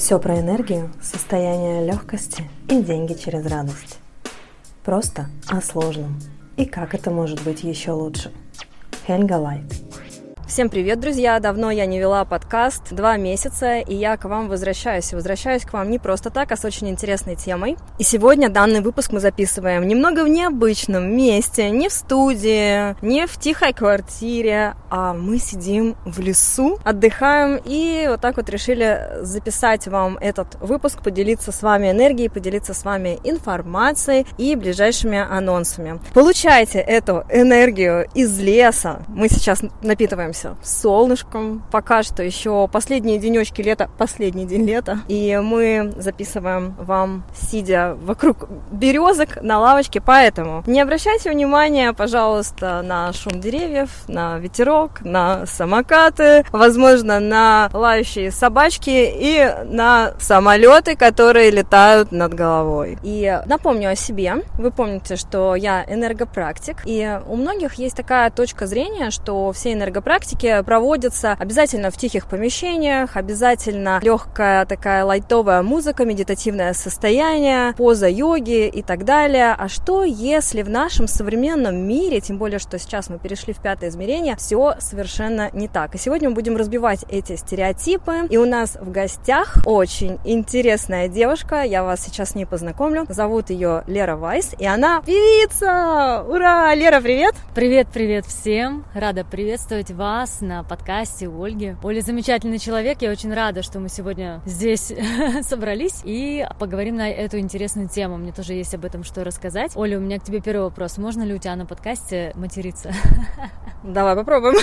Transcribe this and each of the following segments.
Все про энергию, состояние легкости и деньги через радость. Просто о сложном. И как это может быть еще лучше. Хельга Лайт. Всем привет, друзья! Давно я не вела подкаст, 2 месяца, и я к вам возвращаюсь. Возвращаюсь к вам не просто так, а с очень интересной темой. И сегодня данный выпуск мы записываем немного в необычном месте, не в студии, не в тихой квартире, а мы сидим в лесу, отдыхаем, и вот так вот решили записать вам этот выпуск, поделиться с вами энергией, поделиться с вами информацией и ближайшими анонсами. Получайте эту энергию из леса. Мы сейчас напитываемся солнышком. Пока что еще последние денечки лета, последний день лета. И мы записываем вам, сидя вокруг березок на лавочке. Поэтому не обращайте внимания, пожалуйста, на шум деревьев, на ветерок, на самокаты, возможно, на лающие собачки и на самолеты, которые летают над головой. И напомню о себе. Вы помните, что я энергопрактик. И у многих есть такая точка зрения, что все энергопрактики проводятся обязательно в тихих помещениях, обязательно легкая такая лайтовая музыка, медитативное состояние, поза йоги и так далее. А что если в нашем современном мире, тем более, что сейчас мы перешли в 5-е измерение, все совершенно не так. И сегодня мы будем разбивать эти стереотипы. И у нас в гостях очень интересная девушка, я вас сейчас не познакомлю. Зовут ее Лера Вайс, и она певица! Ура! Лера, привет! Привет всем! Рада приветствовать вас на подкасте у Ольги. Оля замечательный человек, я очень рада, что мы сегодня здесь собрались и поговорим на эту интересную тему. Мне тоже есть об этом что рассказать. Оля, у меня к тебе первый вопрос. Можно ли у тебя на подкасте материться? Давай попробуем.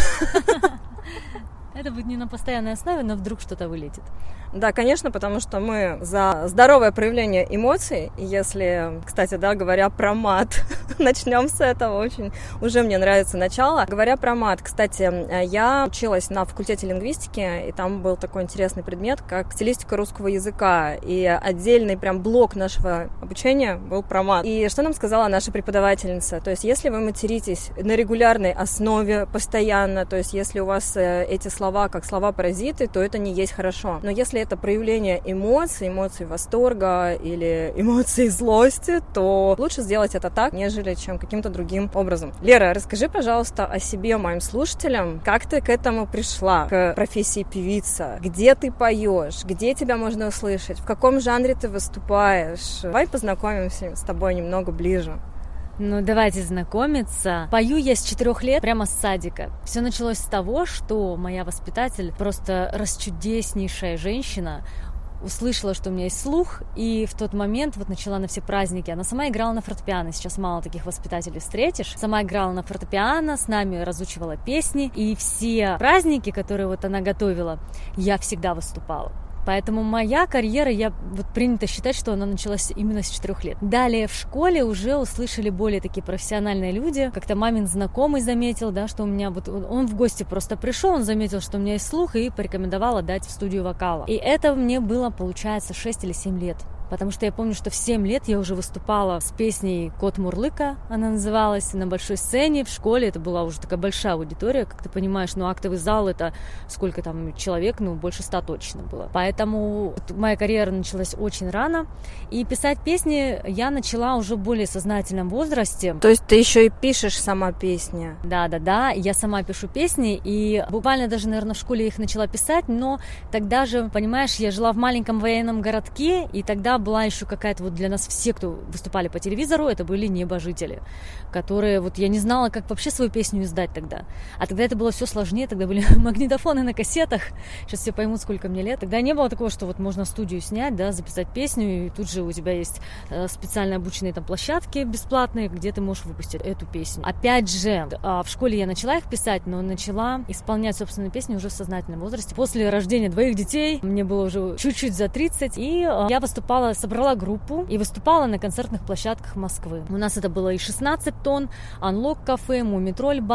Это будет не на постоянной основе, но вдруг что-то вылетит. Да, конечно, потому что мы за здоровое проявление эмоций. И если, кстати, да, говоря про мат, начнем с этого, очень уже мне нравится начало. Говоря про мат, кстати, я училась на факультете лингвистики, и там был такой интересный предмет, как стилистика русского языка. И отдельный прям блок нашего обучения был про мат. И что нам сказала наша преподавательница? То есть, если вы материтесь на регулярной основе постоянно, то есть, если у вас эти слова как слова-паразиты, то это не есть хорошо. Но если это проявление эмоций восторга или эмоций злости, то лучше сделать это так, нежели чем каким-то другим образом. Лера, расскажи, пожалуйста, о себе моим слушателям. Как ты к этому пришла, к профессии певица? Где ты поешь? Где тебя можно услышать? В каком жанре ты выступаешь? Давай познакомимся с тобой немного ближе. Ну, давайте знакомиться. Пою я с 4 лет, прямо с садика. Все началось с того, что моя воспитатель, просто расчудеснейшая женщина, услышала, что у меня есть слух, и в тот момент вот начала на все праздники. Она сама играла на фортепиано, сейчас мало таких воспитателей встретишь. Сама играла на фортепиано, с нами разучивала песни, и все праздники, которые вот она готовила, я всегда выступала. Поэтому моя карьера, вот принято считать, что она началась именно с 4 лет. Далее в школе уже услышали более такие профессиональные люди. Как-то мамин знакомый заметил, да, что у меня вот он в гости просто пришел, он заметил, что у меня есть слух, и порекомендовал отдать в студию вокала. И это мне было, получается, 6 или 7 лет. Потому что я помню, что в 7 лет я уже выступала с песней «Кот Мурлыка», она называлась, на большой сцене в школе. Это была уже такая большая аудитория, как ты понимаешь, но актовый зал — это сколько там человек, больше 100 точно было. Поэтому моя карьера началась очень рано, и писать песни я начала уже в более сознательном возрасте. То есть ты еще и пишешь сама песни? Да, я сама пишу песни, и буквально даже, наверное, в школе их начала писать, но тогда же, понимаешь, я жила в маленьком военном городке, и тогда была еще какая-то вот для нас все, кто выступали по телевизору, это были небожители, которые вот я не знала, как вообще свою песню издать тогда. А тогда это было все сложнее, тогда были магнитофоны на кассетах. Сейчас все поймут, сколько мне лет. Тогда не было такого, что вот можно студию снять, да, записать песню, и тут же у тебя есть специально обученные там площадки бесплатные, где ты можешь выпустить эту песню. Опять же, в школе я начала их писать, но начала исполнять собственные песни уже в сознательном возрасте. После рождения 2 детей, мне было уже чуть-чуть за 30, и я собрала группу и выступала на концертных площадках Москвы. У нас это было и 16 тонн, Unlock кафе, Мумитроль бар,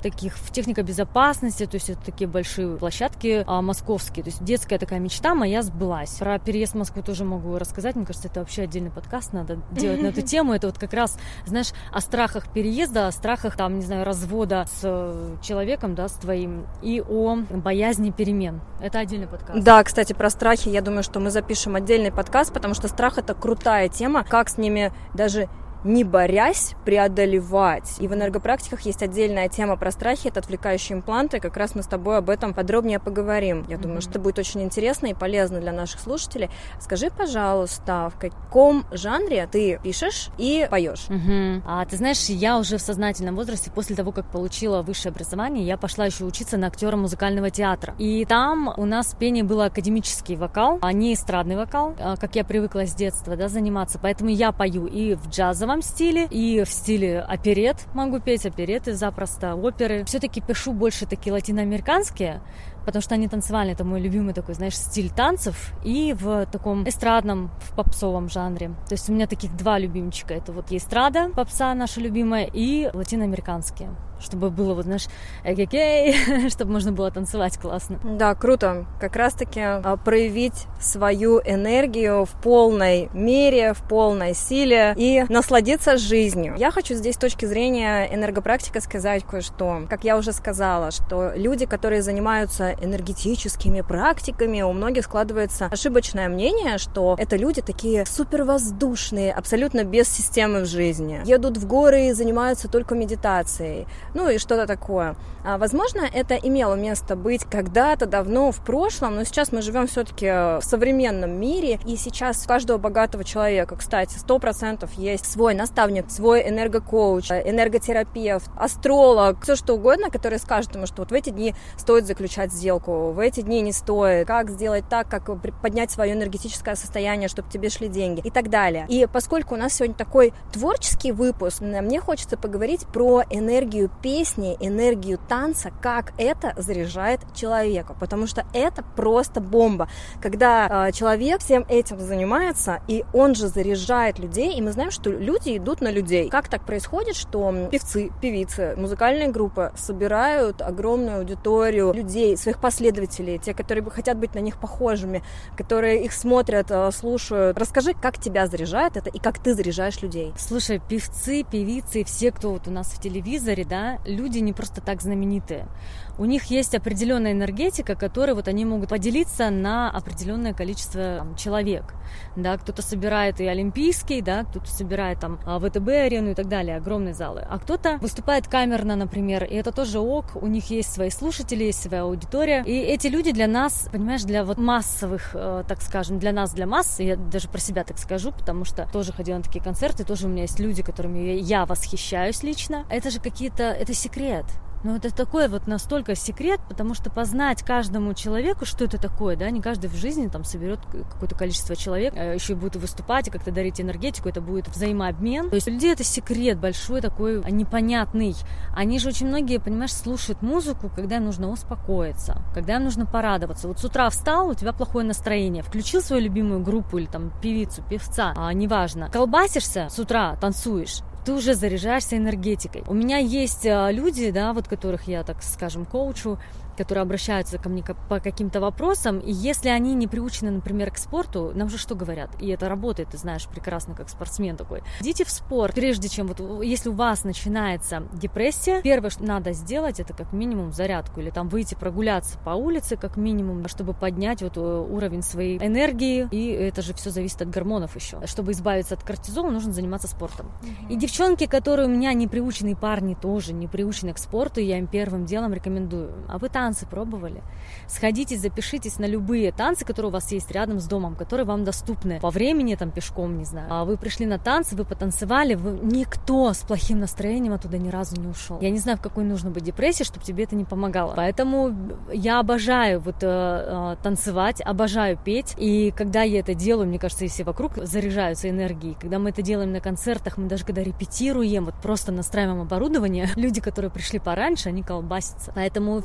таких в технико-безопасности, то есть это такие большие площадки московские, то есть детская такая мечта моя сбылась. Про переезд в Москву тоже могу рассказать, мне кажется, это вообще отдельный подкаст надо делать на эту тему, это вот как раз, знаешь, о страхах переезда, о страхах, там, не знаю, развода с человеком, да, с твоим, и о боязни перемен. Это отдельный подкаст. Да, кстати, про страхи, я думаю, что мы запишем отдельный подкаст, потому что страх — это крутая тема, как с ними даже не борясь, преодолевать. И в энергопрактиках есть отдельная тема про страхи, это отвлекающие импланты. Как раз мы с тобой об этом подробнее поговорим. Я думаю, что это будет очень интересно и полезно для наших слушателей. Скажи, пожалуйста, в каком жанре ты пишешь и поешь? Ты знаешь, я уже в сознательном возрасте, после того, как получила высшее образование, я пошла еще учиться на актера музыкального театра. И там у нас пение было академический вокал, а не эстрадный вокал, как я привыкла с детства, да, заниматься. Поэтому я пою и в джазовом стиле, и в стиле оперет могу петь, опереты запросто, оперы. Все-таки пишу больше такие латиноамериканские, потому что они танцевальные, это мой любимый такой, знаешь, стиль танцев, и в таком эстрадном, в попсовом жанре. То есть у меня таких два любимчика, это вот эстрада, попса наша любимая, и латиноамериканские, чтобы было, вот, знаешь, чтобы можно было танцевать классно. Да, круто. Как раз-таки проявить свою энергию в полной мере, в полной силе и насладиться жизнью. Я хочу здесь с точки зрения энергопрактика сказать кое-что. Как я уже сказала, что люди, которые занимаются энергетическими практиками, у многих складывается ошибочное мнение, что это люди такие супервоздушные, абсолютно без системы в жизни. Едут в горы и занимаются только медитацией. Ну и что-то такое. Возможно, это имело место быть когда-то давно в прошлом, но сейчас мы живем все-таки в современном мире, и сейчас у каждого богатого человека, кстати, 100% есть свой наставник, свой энергокоуч, энерготерапевт, астролог, все что угодно, который скажет ему, что вот в эти дни стоит заключать сделку, в эти дни не стоит, как сделать так, как поднять свое энергетическое состояние, чтобы тебе шли деньги и так далее. И поскольку у нас сегодня такой творческий выпуск, мне хочется поговорить про энергию песни, энергию танца, как это заряжает человека, потому что это просто бомба, когда человек всем этим занимается, и он же заряжает людей, и мы знаем, что люди идут на людей. Как так происходит, что певцы, певицы, музыкальные группы собирают огромную аудиторию людей, своих последователей, те, которые хотят быть на них похожими, которые их смотрят, слушают. Расскажи, как тебя заряжает это и как ты заряжаешь людей. Слушай, певцы, певицы, все, кто вот у нас в телевизоре, да, люди не просто так знаменитые. У них есть определенная энергетика, которой вот они могут поделиться на определенное количество человек. Да, кто-то собирает и олимпийский, да, кто-то собирает там ВТБ-арену и так далее, огромные залы. А кто-то выступает камерно, например, и это тоже ок, у них есть свои слушатели, есть своя аудитория. И эти люди для нас, понимаешь, для вот массовых, так скажем, для нас, для масс, я даже про себя так скажу, потому что тоже ходила на такие концерты, тоже у меня есть люди, которыми я восхищаюсь лично. Это же какие-то, это секрет. Ну, это такой вот настолько секрет, потому что познать каждому человеку, что это такое, да, не каждый в жизни там соберет какое-то количество человек, еще и будет выступать и как-то дарить энергетику, это будет взаимообмен. То есть у людей это секрет большой такой, непонятный. Они же очень многие, понимаешь, слушают музыку, когда им нужно успокоиться, когда им нужно порадоваться. Вот с утра встал, у тебя плохое настроение, включил свою любимую группу или там певицу, певца, неважно, колбасишься с утра, танцуешь, ты уже заряжаешься энергетикой. У меня есть люди, да, вот которых я, так скажем, коучу, которые обращаются ко мне по каким-то вопросам, и если они не приучены, например, к спорту, нам же что говорят? И это работает, ты знаешь прекрасно, как спортсмен такой. Идите в спорт, прежде чем, вот, если у вас начинается депрессия, первое, что надо сделать, это как минимум зарядку, или там выйти прогуляться по улице, как минимум, чтобы поднять вот уровень своей энергии, и это же все зависит от гормонов еще. Чтобы избавиться от кортизола, нужно заниматься спортом. И девчонки, которые у меня не приучены, парни тоже не приучены к спорту, я им первым делом рекомендую. А вы танцы пробовали? Сходите, запишитесь на любые танцы, которые у вас есть рядом с домом, которые вам доступны по времени, там, пешком, не знаю. А вы пришли на танцы, вы потанцевали, никто с плохим настроением оттуда ни разу не ушел. Я не знаю, в какой нужно быть депрессии, чтобы тебе это не помогало. Поэтому я обожаю вот танцевать, обожаю петь. И когда я это делаю, мне кажется, и все вокруг заряжаются энергией. Когда мы это делаем на концертах, мы даже когда репетируем, вот просто настраиваем оборудование, люди, которые пришли пораньше, они колбасятся. Поэтому всем рекомендую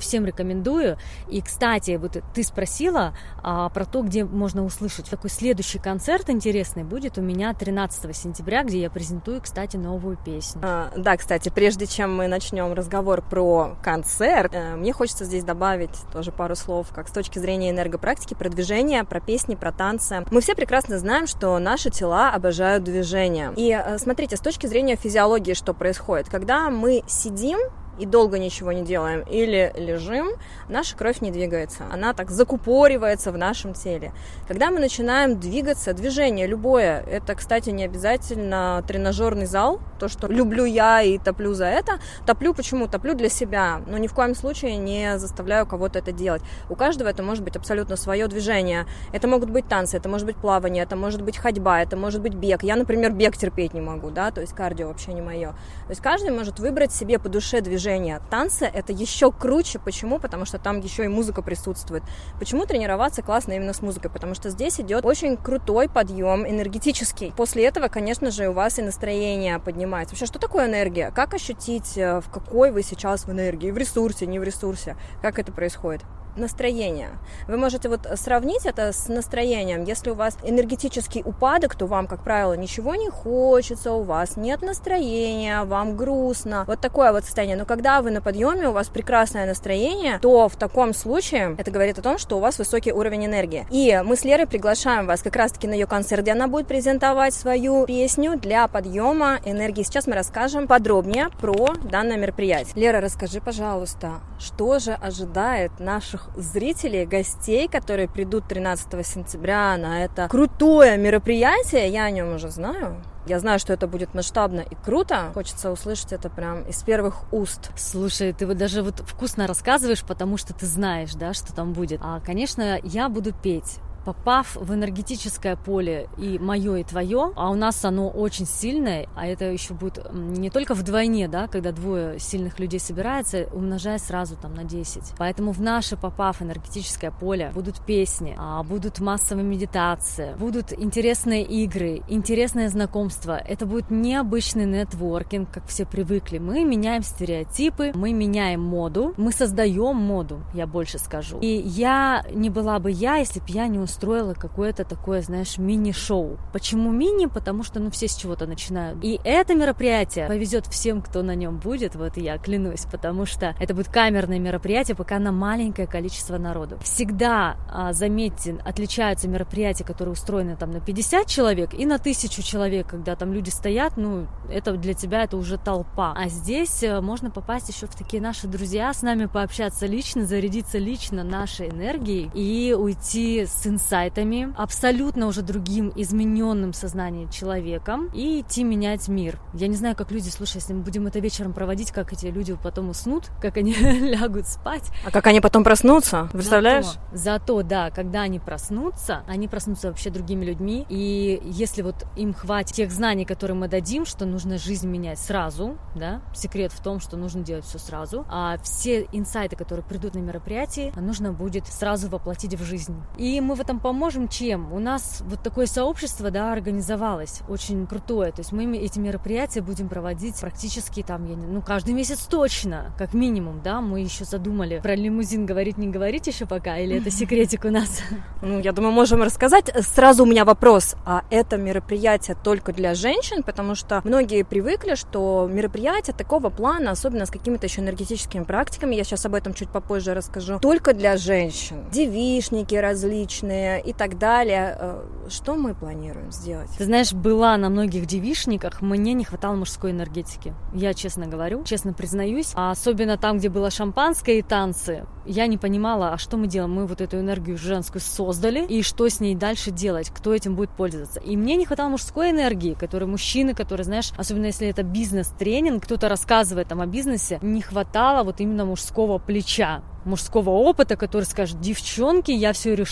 рекомендую. И, кстати, вот ты спросила про то, где можно услышать. Такой следующий концерт интересный будет у меня 13 сентября, где я презентую, кстати, новую песню. Да, кстати, прежде чем мы начнем разговор про концерт, мне хочется здесь добавить тоже пару слов, как с точки зрения энергопрактики, про движение, про песни, про танцы. Мы все прекрасно знаем, что наши тела обожают движение. И смотрите, с точки зрения физиологии, что происходит. Когда мы сидим и долго ничего не делаем или лежим, наша кровь не двигается, она так закупоривается в нашем теле. Когда мы начинаем двигаться, движение любое, это, кстати, не обязательно тренажерный зал, то, что люблю я и топлю за это. Топлю почему? Топлю для себя, но ни в коем случае не заставляю кого-то это делать. У каждого это может быть абсолютно свое движение. Это могут быть танцы, это может быть плавание, это может быть ходьба, это может быть бег. Я, например, бег терпеть не могу, да, то есть кардио вообще не мое. То есть каждый может выбрать себе по душе движение. Танцы — это еще круче. Почему? Потому что там еще и музыка присутствует. Почему тренироваться классно именно с музыкой? Потому что здесь идет очень крутой подъем энергетический. После этого, конечно же, у вас и настроение поднимается. Вообще, что такое энергия? Как ощутить, в какой вы сейчас в энергии? В ресурсе, не в ресурсе? Как это происходит? Настроение. Вы можете вот сравнить это с настроением. Если у вас энергетический упадок, то вам, как правило, ничего не хочется, у вас нет настроения, вам грустно. Вот такое вот состояние. Но когда вы на подъеме, у вас прекрасное настроение, то в таком случае это говорит о том, что у вас высокий уровень энергии. И мы с Лерой приглашаем вас как раз-таки на ее концерт, где она будет презентовать свою песню для подъема энергии. Сейчас мы расскажем подробнее про данное мероприятие. Лера, расскажи, пожалуйста, что же ожидает наших зрителей, гостей, которые придут 13 сентября на это крутое мероприятие. Я о нем уже знаю. Я знаю, что это будет масштабно и круто. Хочется услышать это прям из первых уст. Слушай, ты вот даже вот вкусно рассказываешь, потому что ты знаешь, да, что там будет. Конечно, я буду петь. Попав в энергетическое поле и мое, и твое, а у нас оно очень сильное, а это еще будет не только вдвойне, да, когда двое сильных людей собираются, умножая сразу там на 10. Поэтому в наше, попав в энергетическое поле, будут песни, будут массовые медитации, будут интересные игры, интересное знакомство. Это будет необычный нетворкинг, как все привыкли. Мы меняем стереотипы, мы меняем моду, мы создаем моду, я больше скажу. И я не была бы я, если бы я не устроила какое-то такое, знаешь, мини-шоу. Почему мини? Потому что, все с чего-то начинают. И это мероприятие повезет всем, кто на нем будет, вот я клянусь, потому что это будет камерное мероприятие, пока на маленькое количество народу. Всегда, заметьте, отличаются мероприятия, которые устроены там на 50 человек и на 1000 человек, когда там люди стоят, это для тебя это уже толпа. А здесь можно попасть еще в такие наши друзья, с нами пообщаться лично, зарядиться лично нашей энергией и уйти с инсайтами, абсолютно уже другим, измененным сознанием человеком и идти менять мир. Я не знаю, как люди, слушай, если мы будем это вечером проводить, как эти люди потом уснут, как они лягут спать. А как они потом проснутся, представляешь? Зато, да, когда они проснутся вообще другими людьми, и если вот им хватит тех знаний, которые мы дадим, что нужно жизнь менять сразу, да, секрет в том, что нужно делать все сразу, а все инсайты, которые придут на мероприятие, нужно будет сразу воплотить в жизнь. И мы в этом поможем чем? У нас вот такое сообщество, да, организовалось, очень крутое, то есть мы эти мероприятия будем проводить практически там, каждый месяц точно, как минимум, да, мы еще задумали про лимузин говорить, не говорить еще пока, или это секретик у нас? Я думаю, можем рассказать. Сразу у меня вопрос, а это мероприятие только для женщин? Потому что многие привыкли, что мероприятия такого плана, особенно с какими-то еще энергетическими практиками, я сейчас об этом чуть попозже расскажу, только для женщин. Девичники различные и так далее. Что мы планируем сделать? Ты знаешь, была на многих девичниках, мне не хватало мужской энергетики. Я честно говорю, честно признаюсь. А особенно там, где было шампанское и танцы, я не понимала, а что мы делаем? Мы вот эту энергию женскую создали, и что с ней дальше делать? Кто этим будет пользоваться? И мне не хватало мужской энергии, мужчины, которые, знаешь, особенно если это бизнес-тренинг, кто-то рассказывает там о бизнесе, не хватало вот именно мужского плеча, мужского опыта, который скажет: девчонки, я все решу.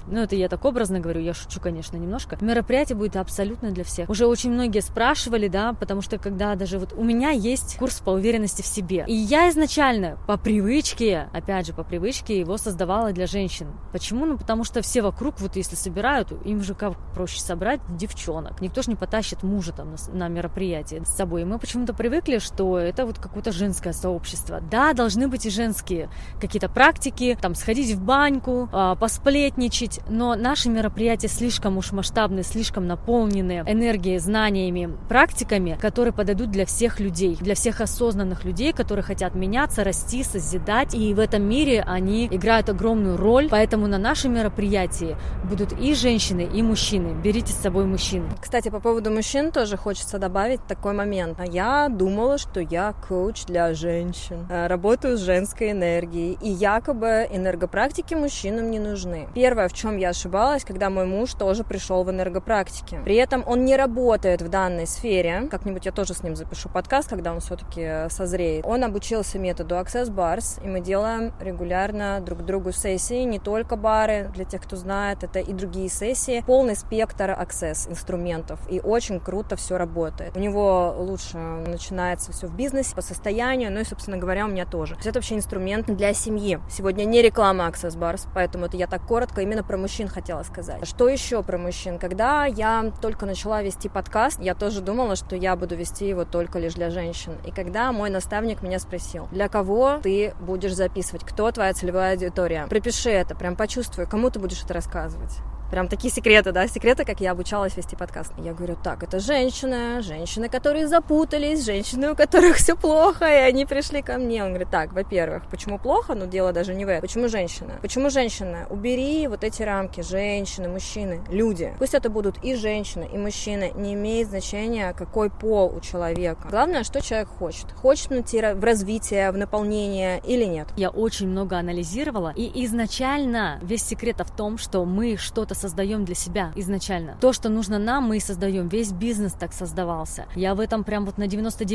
Ну, это я так образно говорю, я шучу, конечно, немножко. Мероприятие будет абсолютно для всех. Уже очень многие спрашивали, да, потому что когда даже вот у меня есть курс по уверенности в себе. И я изначально по привычке, опять же, по привычке его создавала для женщин. Почему? Ну, потому что все вокруг, вот если собирают, им же как проще собрать девчонок. Никто же не потащит мужа там на мероприятие с собой. И мы почему-то привыкли, что это вот какое-то женское сообщество. Да, должны быть и женские какие-то практики, там, сходить в баньку, посплетничать, но наши мероприятия слишком уж масштабные, слишком наполнены энергией, знаниями, практиками, которые подойдут для всех людей, для всех осознанных людей, которые хотят меняться, расти, созидать, и в этом мире они играют огромную роль, поэтому на нашем мероприятии будут и женщины, и мужчины. Берите с собой мужчин. Кстати, по поводу мужчин тоже хочется добавить такой момент. Я думала, что я коуч для женщин, работаю с женской энергией, и якобы энергопрактики мужчинам не нужны. Первое, в чем я ошибалась, когда мой муж тоже пришел в энергопрактики. При этом он не работает в данной сфере. Как-нибудь я тоже с ним запишу подкаст, когда он все-таки созреет. Он обучился методу Access Bars, и мы делаем регулярно друг другу сессии, не только бары, для тех, кто знает, это и другие сессии. Полный спектр Access инструментов, и очень круто все работает. У него лучше начинается все в бизнесе, по состоянию, ну и, собственно говоря, у меня тоже. То есть это вообще инструмент для семьи. Сегодня не реклама Access Bars, поэтому это я так коротко именно про мужчин хотела сказать. Что еще про мужчин? Когда я только начала вести подкаст, я тоже думала, что я буду вести его только лишь для женщин. И когда мой наставник меня спросил, для кого ты будешь записывать, кто твоя целевая аудитория, пропиши это, прям почувствуй, кому ты будешь это рассказывать. Прям такие секреты, да, секреты, как я обучалась вести подкаст. Я говорю, так, это женщины, которые запутались, женщины, у которых все плохо, и они пришли ко мне. Он говорит, так, во-первых, почему плохо? Ну, дело даже не в этом. Почему женщина? Почему женщина? Убери вот эти рамки. Женщины, мужчины, люди. Пусть это будут и женщины, и мужчины. Не имеет значения, какой пол у человека. Главное, что человек хочет. Хочет идти в развитие, в наполнение или нет. Я очень много анализировала, и изначально весь секрет в том, что мы что-то создаем для себя изначально. То, что нужно нам, мы и создаем. Весь бизнес так создавался. Я в этом прям вот на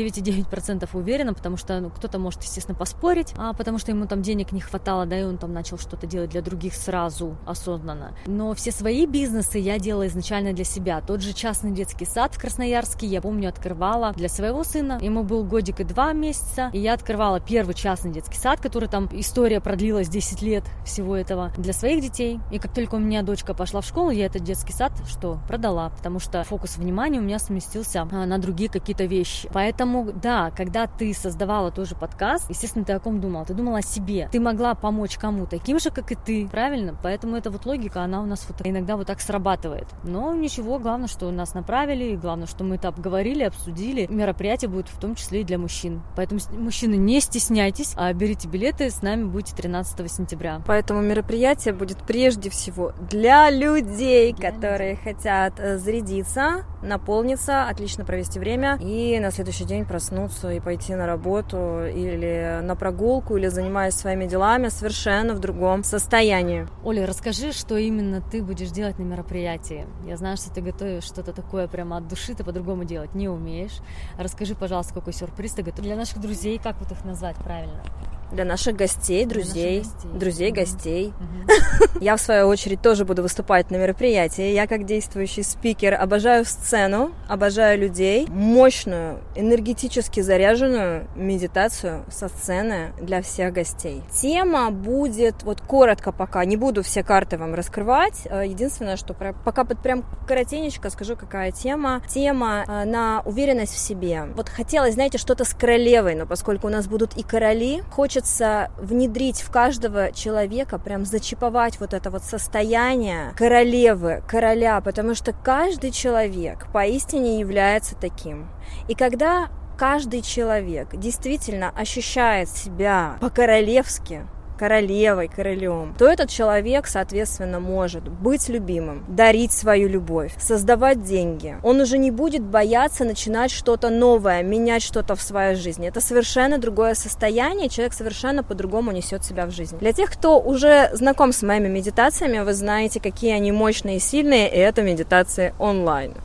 99,9% уверена, потому что кто-то может, естественно, поспорить, потому что ему там денег не хватало, да, и он там начал что-то делать для других сразу, осознанно. Но все свои бизнесы я делала изначально для себя. Тот же частный детский сад в Красноярске, я помню, открывала для своего сына. Ему был годик и 2 месяца, и я открывала первый частный детский сад, который там, история продлилась 10 лет всего этого, для своих детей. И как только у меня дочка пошла в школу, я этот детский сад продала, потому что фокус внимания у меня сместился на другие какие-то вещи. Поэтому, да, когда ты создавала тоже подкаст, естественно, ты о ком думала? Ты думала о себе. Ты могла помочь кому-то, таким же, как и ты, правильно? Поэтому эта вот логика, она у нас вот иногда вот так срабатывает. Но ничего, главное, что нас направили, и главное, что мы это обговорили, обсудили. Мероприятие будет в том числе и для мужчин. Поэтому, мужчины, не стесняйтесь, а берите билеты, с нами будете 13 сентября. Поэтому мероприятие будет прежде всего для людей, которые хотят зарядиться, наполниться, отлично провести время и на следующий день проснуться и пойти на работу или на прогулку, или занимаясь своими делами совершенно в другом состоянии. Оля, расскажи, что именно ты будешь делать на мероприятии. Я знаю, что ты готовишь что-то такое прямо от души, ты по-другому делать не умеешь. Расскажи, пожалуйста, какой сюрприз ты готовишь для наших друзей, как вот их назвать правильно? Для наших гостей, друзей. Гостей. Я, в свою очередь, тоже буду выступать на мероприятии. Я, как действующий спикер, обожаю сцену, обожаю людей. Мощную, энергетически заряженную медитацию со сцены для всех гостей. Тема будет, вот коротко пока, не буду все карты вам раскрывать. Единственное, что пока прям коротенечко скажу, какая тема. Тема на уверенность в себе. Вот хотелось, знаете, что-то с королевой, но поскольку у нас будут и короли, хочется внедрить в каждого человека, прям зачиповать вот это вот состояние королевы, короля, потому что каждый человек поистине является таким. И когда каждый человек действительно ощущает себя по-королевски, королевой, королем, то этот человек, соответственно, может быть любимым, дарить свою любовь, создавать деньги. Он уже не будет бояться начинать что-то новое, менять что-то в своей жизни. Это совершенно другое состояние, человек совершенно по-другому несет себя в жизнь. Для тех, кто уже знаком с моими медитациями, вы знаете, какие они мощные и сильные, и это медитации онлайн.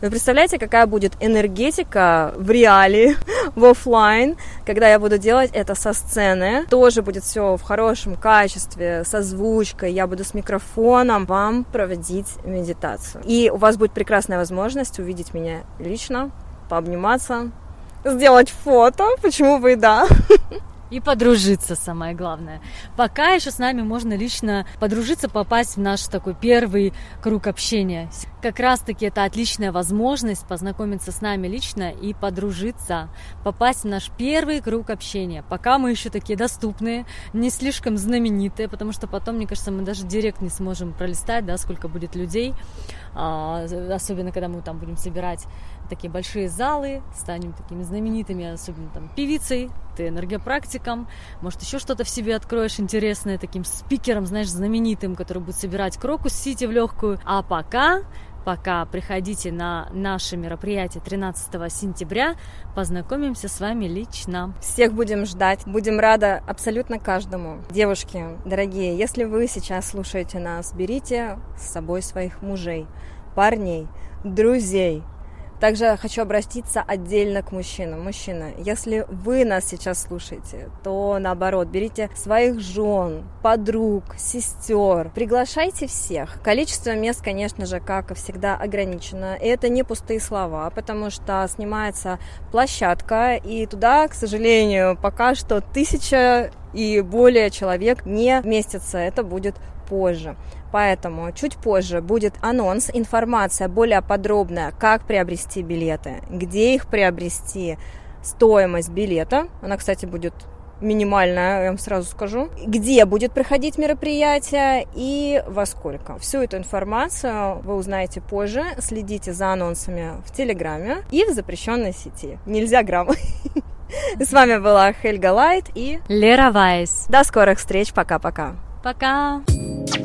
Вы представляете, какая будет энергетика в реале, в офлайн, когда я буду делать это со сцены. Тоже будет все в хорошем качестве, с озвучкой, я буду с микрофоном вам проводить медитацию. И у вас будет прекрасная возможность увидеть меня лично, пообниматься, сделать фото, почему бы и да. И подружиться, самое главное. Пока еще с нами можно лично подружиться, попасть в наш такой первый круг общения. Как раз-таки это отличная возможность познакомиться с нами лично и подружиться, попасть в наш первый круг общения. Пока мы еще такие доступные, не слишком знаменитые, потому что потом, мне кажется, мы даже директ не сможем пролистать, да, сколько будет людей, особенно когда мы там будем собирать такие большие залы, станем такими знаменитыми, особенно там певицей, ты энергопрактиком, может еще что-то в себе откроешь интересное, таким спикером, знаешь, знаменитым, который будет собирать Крокус-Сити в легкую. А пока приходите на наше мероприятие 13 сентября, познакомимся с вами лично. Всех будем ждать, будем рады абсолютно каждому. Девушки, дорогие, если вы сейчас слушаете нас, берите с собой своих мужей, парней, друзей. Также хочу обратиться отдельно к мужчинам. Мужчины, если вы нас сейчас слушаете, то наоборот, берите своих жен, подруг, сестер, приглашайте всех. Количество мест, конечно же, как и всегда, ограничено. И это не пустые слова, потому что снимается площадка, и туда, к сожалению, пока что 1000 и более человек не вместится. Это будет позже. Поэтому чуть позже будет анонс, информация более подробная, как приобрести билеты, где их приобрести, стоимость билета. Она, кстати, будет минимальная, я вам сразу скажу. Где будет проходить мероприятие и во сколько. Всю эту информацию вы узнаете позже. Следите за анонсами в Телеграме и в запрещенной сети. Нельзя грамма. С вами была Хельга Лайт и Лера Вайс. До скорых встреч. Пока-пока. Пока!